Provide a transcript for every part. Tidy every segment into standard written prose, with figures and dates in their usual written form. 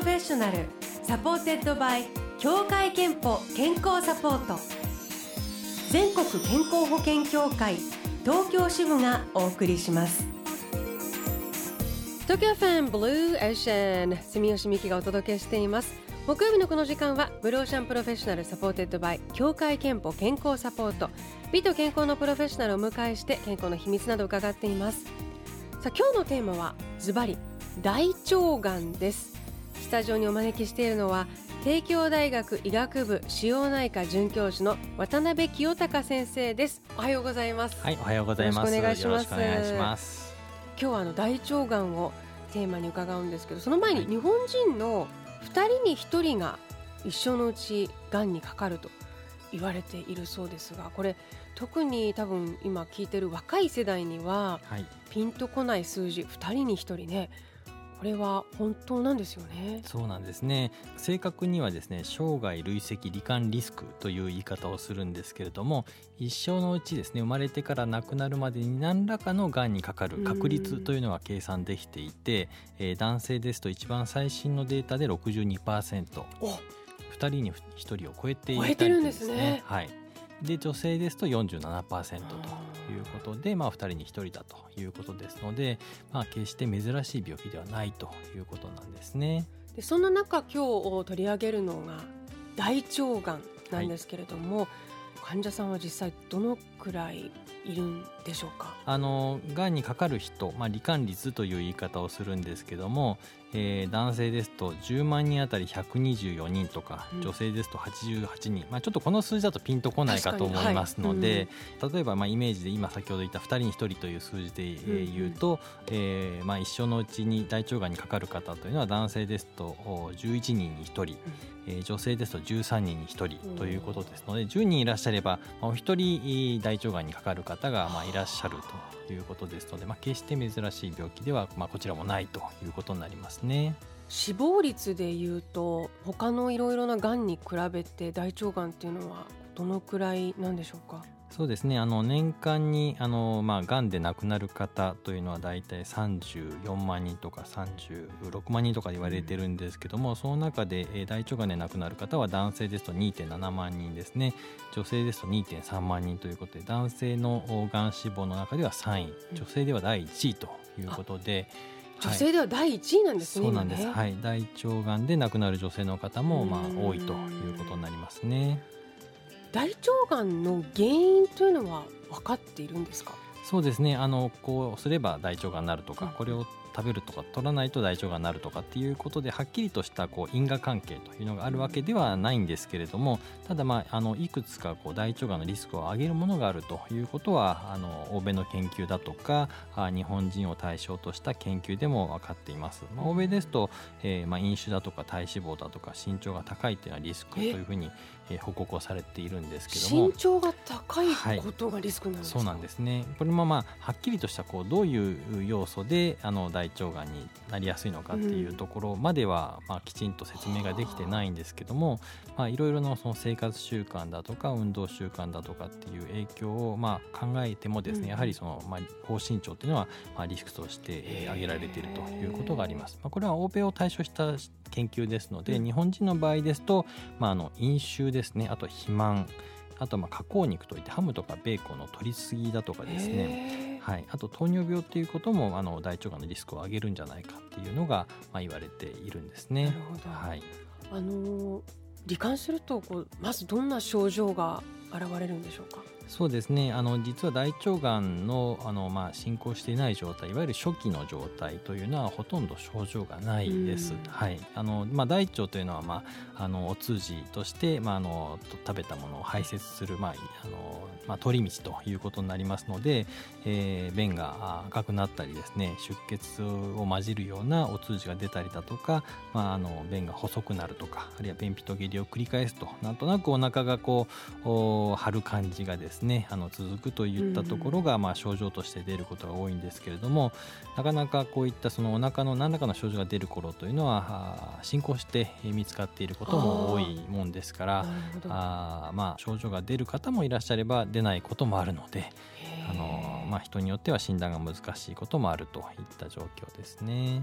ロフェッショナルサポーテッドバイ協会憲法健康サポート、全国健康保険協会東京支部がお送りします。東京FMブルーオーシャン、住吉美希がお届けしています。木曜日のこの時間はブルーオーシャンプロフェッショナルサポーテッドバイ協会憲法健康サポート、美と健康のプロフェッショナルをお迎えして健康の秘密などを伺っています。さあ、今日のテーマはズバリ大腸がんです。スタジオにお招きしているのは帝京大学医学部腫瘍内科准教授の渡辺清隆先生です。おはようございます。 はい、おはようございます。 よろしくお願いします。 よろしくお願いします。 今日は大腸がんをテーマに伺うんですけど、その前に日本人の2人に1人が一生のうちがんにかかると言われているそうですが、これ特に多分今聞いてる若い世代にはピンとこない数字、2人に1人ね、これは本当なんですよね。 そうなんですね。正確にはですね、生涯累積罹患リスクという言い方をするんですけれども、一生のうちですね、生まれてから亡くなるまでに何らかのがんにかかる確率というのが計算できていて、男性ですと一番最新のデータで 62%、 2人に1人を超えていたりですね。はい、で女性ですと 47% ということで、2人に1人だということですので、決して珍しい病気ではないということなんですね。 でそんな中、今日取り上げるのが大腸がんなんですけれども、患者さんは実際どのくらいいるんでしょうか。 がんにかかる人、罹患率という言い方をするんですけども、男性ですと10万人あたり124人とか、女性ですと88人、ちょっとこの数字だとピンとこないかと思いますので、例えばイメージで今先ほど言った2人に1人という数字で言うと、一生のうちに大腸がんにかかる方というのは男性ですと11人に1人、女性ですと13人に1人ということですので、10人いらっしゃればお一人大腸がんにかかる方がいらっしゃるということですので、決して珍しい病気ではこちらもないということになりますね。 死亡率でいうと他のいろいろながんに比べて大腸がんっていうのはどのくらいなんでしょうか。 そうですね、年間にがんで亡くなる方というのはだいたい34万人とか36万人とか言われてるんですけども、その中で大腸がんで亡くなる方は男性ですと 2.7 万人ですね、女性ですと 2.3 万人ということで、男性のがん死亡の中では3位、女性では第1位ということで、 女性では第1位なんですね。 そうなんです、はい、大腸がんで亡くなる女性の方も多いということになりますね。 大腸がんの原因というのは分かっているんですか。 そうですね、こうすれば大腸がんになるとか、これを食べるとか取らないと大腸がんになるとかっていうことではっきりとした因果関係というのがあるわけではないんですけれども、ただいくつか大腸がんのリスクを上げるものがあるということは欧米の研究だとか日本人を対象とした研究でも分かっています。欧米ですと、飲酒だとか体脂肪だとか身長が高いというのはリスクというふうに報告をされているんですけども、 身長が高いことがリスクなんですか。 そうなんですね。これもはっきりとしたどういう要素で大腸がんになりやすいのかっていうところまではきちんと説明ができてないんですけども、いろいろなその生活習慣だとか運動習慣だとかっていう影響を考えてもですね、やはり高身長っていうのはリスクとして挙げられているということがあります。これは欧米を対象した研究ですので、日本人の場合ですと、飲酒ですね、あと肥満、あと加工肉といってハムとかベーコンの摂りすぎだとかですね、あと糖尿病ということも大腸がんのリスクを上げるんじゃないかっていうのが言われているんですね。 なるほど、罹患するとまずどんな症状が現れるんでしょうか。 そうですね、実は大腸がんの、進行していない状態、いわゆる初期の状態というのはほとんど症状がないです。大腸というのは、お通じとして、食べたものを排泄する、通り道ということになりますので、便が赤くなったりですね、出血を混じるようなお通じが出たりだとか、便が細くなるとか、あるいは便秘と下痢を繰り返すと、なんとなくお腹が張る感じがですね、続くといったところが、症状として出ることが多いんですけれども、なかなかこういったお腹の何らかの症状が出る頃というのは進行して見つかっていることも多いもんですから、症状が出る方もいらっしゃれば出ないこともあるので、人によっては診断が難しいこともあるといった状況ですね。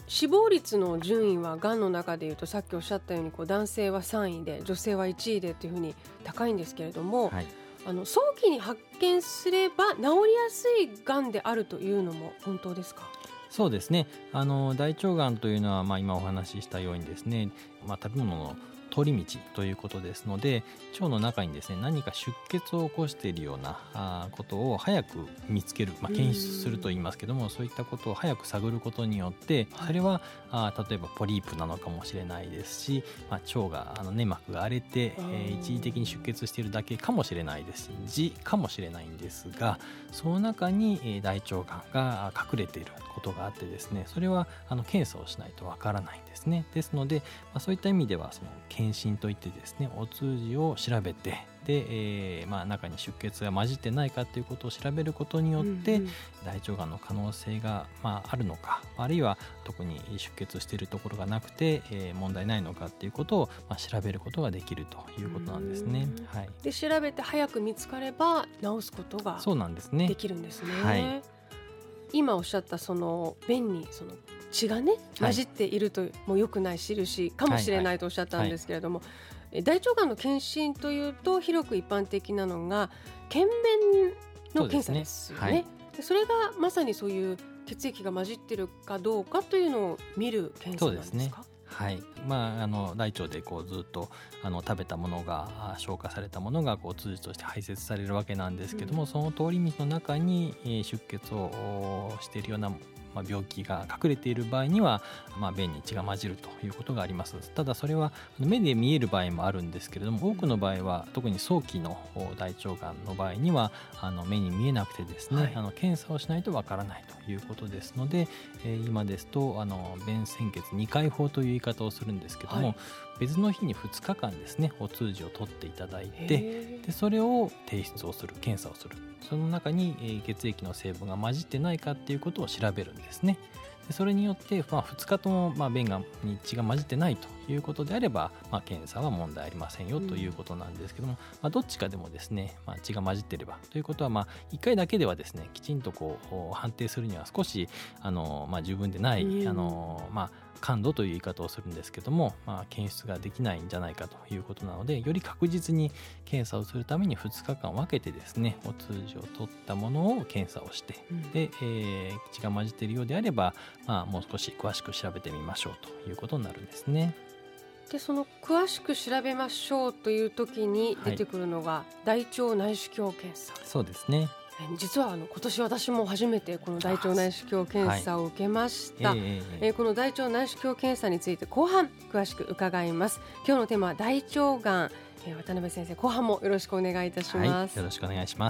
死亡率の順位はがんの中でいうとさっきおっしゃったように男性は3位で女性は1位でというふうに高いんですけれども、 はい、 早期に発見すれば治りやすいがんであるというのも本当ですか？ そうですね。大腸がんというのは、今お話ししたようにですね、食べ物の通り道ということですので、腸の中にですね何か出血を起こしているようなことを早く見つける、検出すると言いますけども、そういったことを早く探ることによって、それは例えばポリープなのかもしれないですし、腸が粘膜が荒れて、一時的に出血しているだけかもしれないですし、痔かもしれないんですが、その中に、大腸がんが隠れていることがあってですね、それは検査をしないとわからないんですね。ですので、そういった意味ではその検診といってですね、お通じを調べて、で、中に出血が混じってないかということを調べることによって、大腸がんの可能性が、あるのか、あるいは特に出血しているところがなくて、問題ないのかということを、調べることができるということなんですね。はい、 で調べて早く見つかれば治すことがそうなんですね。 できるんですね。 はい、 今おっしゃったその便にその血がね混じっているともう良くない印かもしれないとおっしゃったんですけれども、大腸がんの検診というと広く一般的なのが検便の検査ですよね。でそれがまさにそういう血液が混じっているかどうかというのを見る検査なんですか？そうですね。 はい、大腸でずっと食べたものが消化されたものが通じとして排泄されるわけなんですけども、その通り道の中に出血をしているような病気が隠れている場合には、便に血が混じるということがあります。ただそれは目で見える場合もあるんですけれども、多くの場合は特に早期の大腸がんの場合には目に見えなくてですね、検査をしないとわからないということですので、今ですと便潜血2回法という言い方をするんですけども、別の日に2日間ですねお通じを取っていただいて、でそれを提出をする、検査をする、その中に血液の成分が混じってないかっていうことを調べるんですね。でそれによって、2日とも便に血が混じってないということであれば、検査は問題ありませんよということなんですけども、どっちかでもですね、血が混じっていればということは、1回だけではですねきちんと判定するには少し十分でない、感度という言い方をするんですけども、検出ができないんじゃないかということなので、より確実に検査をするために2日間分けてですねお通じを取ったものを検査をして、で、血が混じっているようであれば、もう少し詳しく調べてみましょうということになるんですね。 でその詳しく調べましょうという時に出てくるのが、大腸内視鏡検査。 そうですね。 実は今年私も初めてこの大腸内視鏡検査を受けました。この大腸内視鏡検査について後半詳しく伺います。今日のテーマは大腸がん、渡辺先生後半もよろしくお願いいたします。 よろしくお願いします。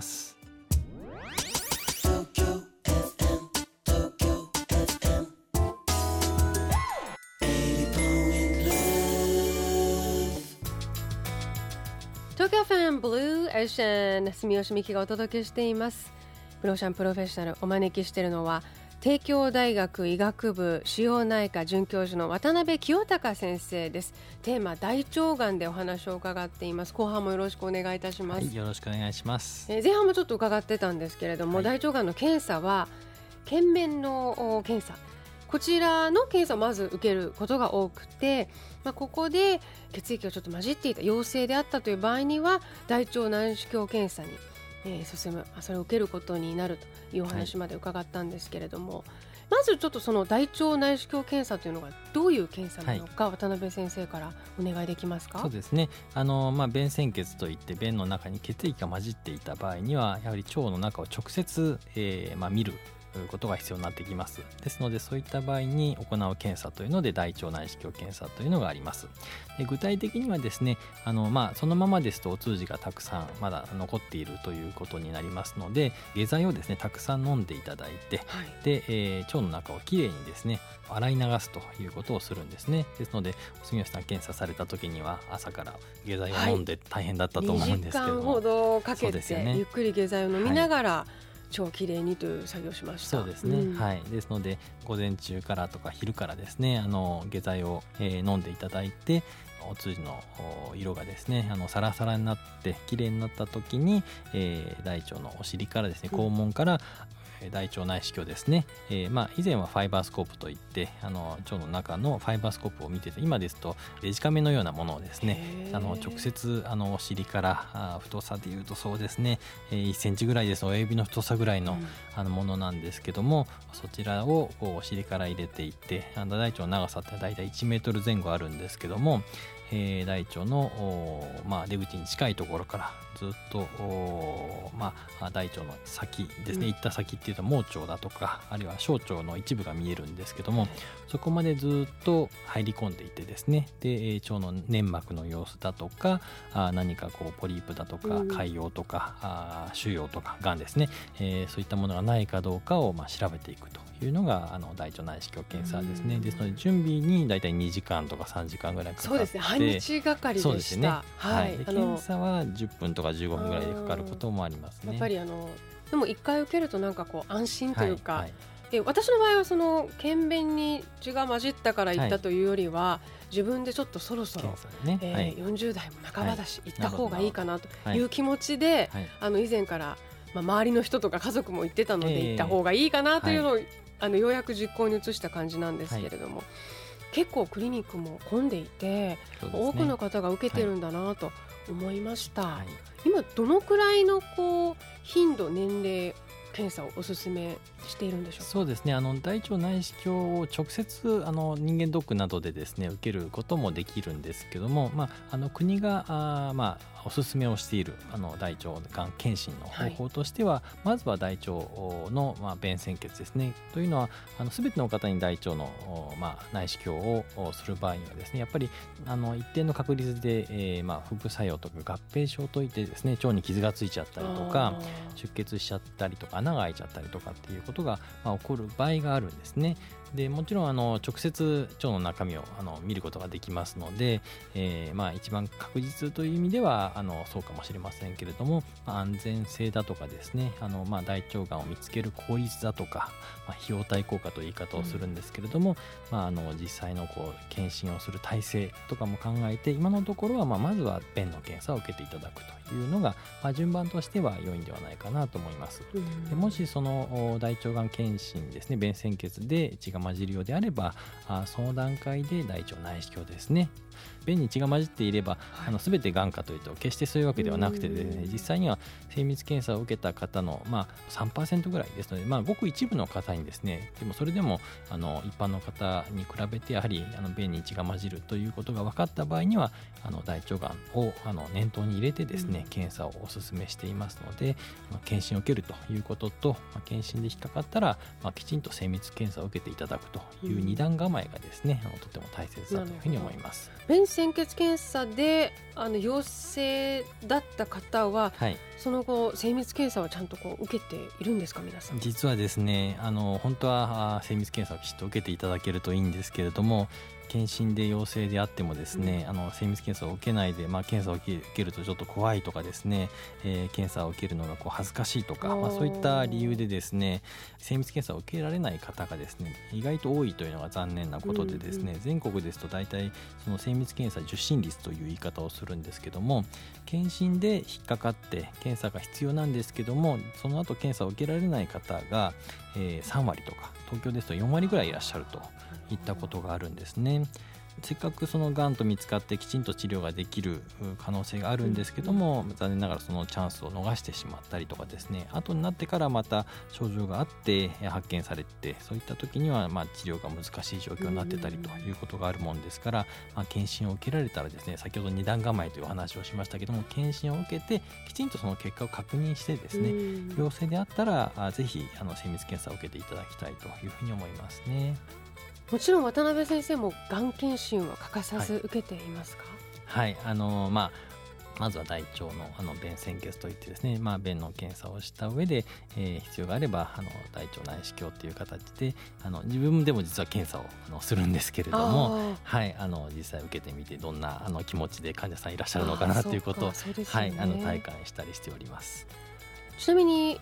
東京ファンブルーエーシャン、住吉美希がお届けしています。ブローシャンプロフェッショナル、お招きしているのは帝京大学医学部腫瘍内科准教授の渡辺清隆先生です。テーマ大腸がんでお話を伺っています。後半もよろしくお願いいたします。 よろしくお願いします。 前半もちょっと伺ってたんですけれども、大腸がんの検査は検便の検査、こちらの検査をまず受けることが多くて、ここで血液がちょっと混じっていた、陽性であったという場合には大腸内視鏡検査に、進む、それを受けることになるというお話まで伺ったんですけれども、まずちょっとその大腸内視鏡検査というのがどういう検査なのか、渡辺先生からお願いできますか？ そうですね。便潜血といって便の中に血液が混じっていた場合にはやはり腸の中を直接、見ることが必要になってきます。ですのでそういった場合に行う検査というので大腸内視鏡検査というのがあります。で具体的にはですね、そのままですとお通じがたくさんまだ残っているということになりますので、下剤をですねたくさん飲んでいただいて、で、腸の中をきれいにですね洗い流すということをするんですね。ですので住吉さん検査された時には朝から下剤を飲んで大変だったと思うんですけども、 2時間ほどかけて、ゆっくり下剤を飲みながら、超きれいにという作業をしました。 そうですね、ですので午前中からとか昼からですね下剤を、飲んでいただいて、お通じの色がですねサラサラになってきれいになった時に、大腸のお尻からですね肛門から、 大腸内視鏡ですね、以前はファイバースコープといって腸の中のファイバースコープを見てて、今ですとデジカメのようなものをですね直接お尻から太さでいうとそうですね、1センチぐらいです。親指の太さぐらいの、ものなんですけども、そちらをお尻から入れていって、大腸の長さってだいたい1メートル前後あるんですけども、大腸の、出口に近いところからずっと大腸の先ですね、行った先っていうと盲腸だとか、あるいは小腸の一部が見えるんですけども、そこまでずっと入り込んでいてですね、で腸の粘膜の様子だとか、何かポリープだとか潰瘍とか腫瘍とかがんですね、そういったものがないかどうかを調べていくというのが大腸内視鏡検査ですね。ですので準備にだいたい2時間とか3時間ぐらいかかって、 そうですね、半日がかりでした。 そうですね、検査は10分とか15分ぐらいでかかることもありますね。 やっぱりでも1回受けるとなんか安心というか、で私の場合はその検便に血が混じったから行ったというよりは、自分でちょっとそろそろ、40代も半ばだし、行った方がいいかなという気持ちで、以前から周りの人とか家族も言ってたので行った方がいいかなというのを、ようやく実行に移した感じなんですけれども、結構クリニックも混んでいて、多くの方が受けてるんだなと思いました。今どのくらいの頻度、年齢検査をおすすめしているんでしょうか。 そうですね、大腸内視鏡を直接人間ドックなどでですね受けることもできるんですけども、国がおすすめをしている大腸がん検診の方法としては、まずは大腸の便潜血ですね。というのは全ての方に大腸の内視鏡をする場合にはですね、やっぱり一定の確率で副作用とか合併症といってですね、腸に傷がついちゃったりとか出血しちゃったりとか穴が開いちゃったりとかっていうことが起こる場合があるんですね。でもちろん直接腸の中身を見ることができますので、一番確実という意味ではそうかもしれませんけれども、安全性だとかですね、大腸がんを見つける効率だとか、費用対効果という言い方をするんですけれども、実際の検診をする体制とかも考えて、今のところはまずは便の検査を受けていただくというのが、順番としては良いんではないかなと思います。でもしその大腸がん検診ですね、便潜血で血が混じるようであれば、その段階で大腸内視鏡ですね。便に血が混じっていれば、全てがんかというと決してそういうわけではなくてですね、実際には精密検査を受けた方の3% ぐらいですので、ごく一部の方にですね、でもそれでも一般の方に比べてやはり便に血が混じるということが分かった場合には大腸がんを念頭に入れてですね、検査をお勧めしていますので、検診を受けるということと、検診で引っかかったらきちんと精密検査を受けていただくという二段構えがですね、とても大切だというふうに思います。 便潜血検査で陽性だった方は、その後精密検査はちゃんと受けているんですか、皆さん。 実はですね、本当は精密検査をきちっと受けていただけるといいんですけれども、検診で陽性であってもですね、精密検査を受けないで、検査を受けるとちょっと怖いとかですね、検査を受けるのが恥ずかしいとか、そういった理由でですね、精密検査を受けられない方がですね意外と多いというのが残念なことでですね、全国ですと大体その精密検査受診率という言い方をするんですけども、検診で引っかかって検査が必要なんですけども、その後検査を受けられない方が、3割とか、東京ですと4割ぐらいいらっしゃるといったことがあるんですね。せっかくそのがんと見つかってきちんと治療ができる可能性があるんですけども、残念ながらそのチャンスを逃してしまったりとかですね、後になってからまた症状があって発見されて、そういった時には治療が難しい状況になってたりということがあるもんですから、検診を受けられたらですね、先ほど二段構えというお話をしましたけども、検診を受けてきちんとその結果を確認してですね、陽性であったらぜひ精密検査を受けていただきたいというふうに思いますね。 もちろん渡辺先生もがん検診は欠かさず受けていますか。 まずは大腸の便潜血といってですね、便の検査をした上で、必要があれば大腸内視鏡という形で自分でも実は検査をするんですけれども、実際受けてみてどんな気持ちで患者さんいらっしゃるのかなということを、体感したりしております。 ちなみに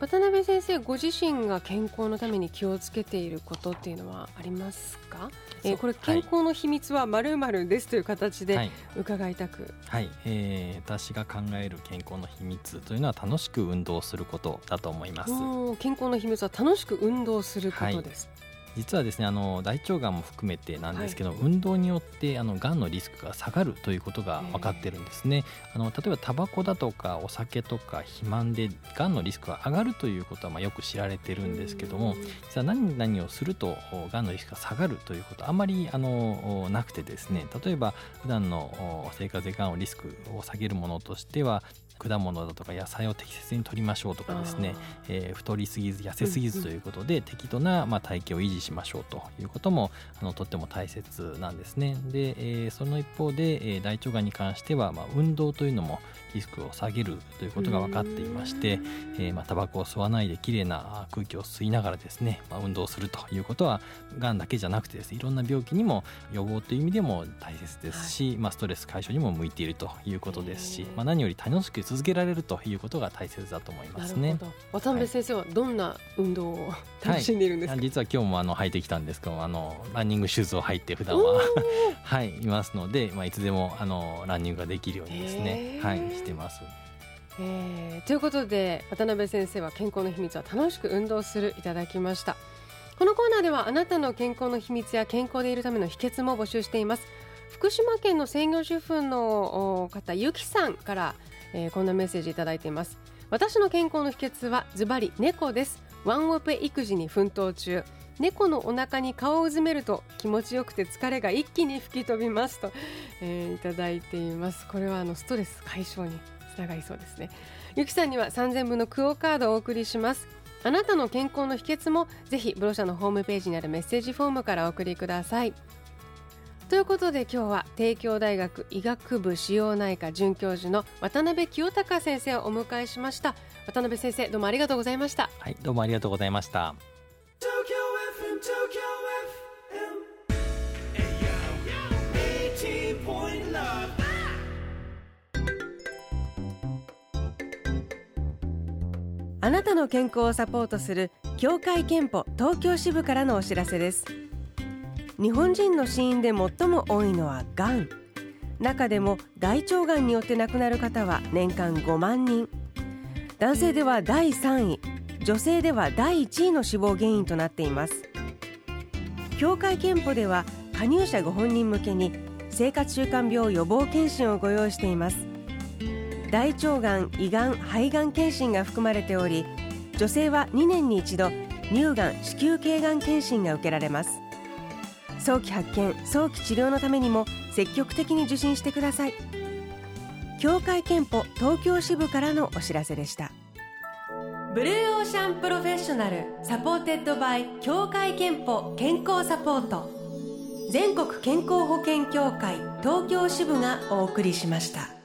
渡辺先生ご自身が健康のために気をつけていることっていうのはありますか？これ健康の秘密は〇〇ですという形で伺いたく、 私が考える健康の秘密というのは楽しく運動することだと思います。 健康の秘密は楽しく運動することです。 実はですね、大腸がんも含めてなんですけど、運動によってがんのリスクが下がるということが分かってるんですね。例えばタバコだとかお酒とか肥満でがんのリスクが上がるということはよく知られてるんですけども、実は何々をするとがんのリスクが下がるということはあまりなくてですね、例えば普段の生活でがんのリスクを下げるものとしては、果物だとか野菜を適切に摂りましょうとかですね、太りすぎず痩せすぎずということで、適度な体型を維持しましょうということもとっても大切なんですね。で、その一方で、大腸がんに関しては、運動というのもリスクを下げるということが分かっていまして、タバコを吸わないできれいな空気を吸いながらですね、運動するということはがんだけじゃなくてですね、いろんな病気にも予防という意味でも大切ですし、ストレス解消にも向いているということですし、何より楽しく続けられるということが大切だと思いますね。 なるほど。渡辺先生はどんな運動を楽しんでいるんですか？ 実は今日も履いてきたんですけど、ランニングシューズを履いて普段は、いますので、いつでもランニングができるようにですね、してます。 ということで渡辺先生は健康の秘密は楽しく運動するいただきました。このコーナーではあなたの健康の秘密や健康でいるための秘訣も募集しています。福島県の専業主婦の方ゆきさんから、こんなメッセージいただいています。私の健康の秘訣はズバリ猫です。ワンオペ育児に奮闘中。猫のお腹に顔をうずめると気持ちよくて疲れが一気に吹き飛びますと、いただいています。これはストレス解消につながりそうですね。ゆきさんには3000分のクオカードをお送りします。あなたの健康の秘訣もぜひブロシャのホームページにあるメッセージフォームからお送りください。ということで今日は帝京大学医学部腫瘍内科准教授の渡辺清隆先生をお迎えしました。渡辺先生、どうもありがとうございました。 どうもありがとうございました。 あなたの健康をサポートする協会憲法東京支部からのお知らせです。日本人の死因で最も多いのはがん。中でも大腸がんによって亡くなる方は年間5万人。男性では第3位、女性では第1位の死亡原因となっています。協会憲法では加入者ご本人向けに生活習慣病予防検診をご用意しています。大腸がん、胃がん、肺がん検診が含まれており、女性は2年に一度乳がん、子宮頸がん検診が受けられます。早期発見、早期治療のためにも積極的に受診してください。協会憲法東京支部からのお知らせでした。ブルーオーシャンプロフェッショナルサポーテッドバイ協会憲法健康サポート、全国健康保険協会東京支部がお送りしました。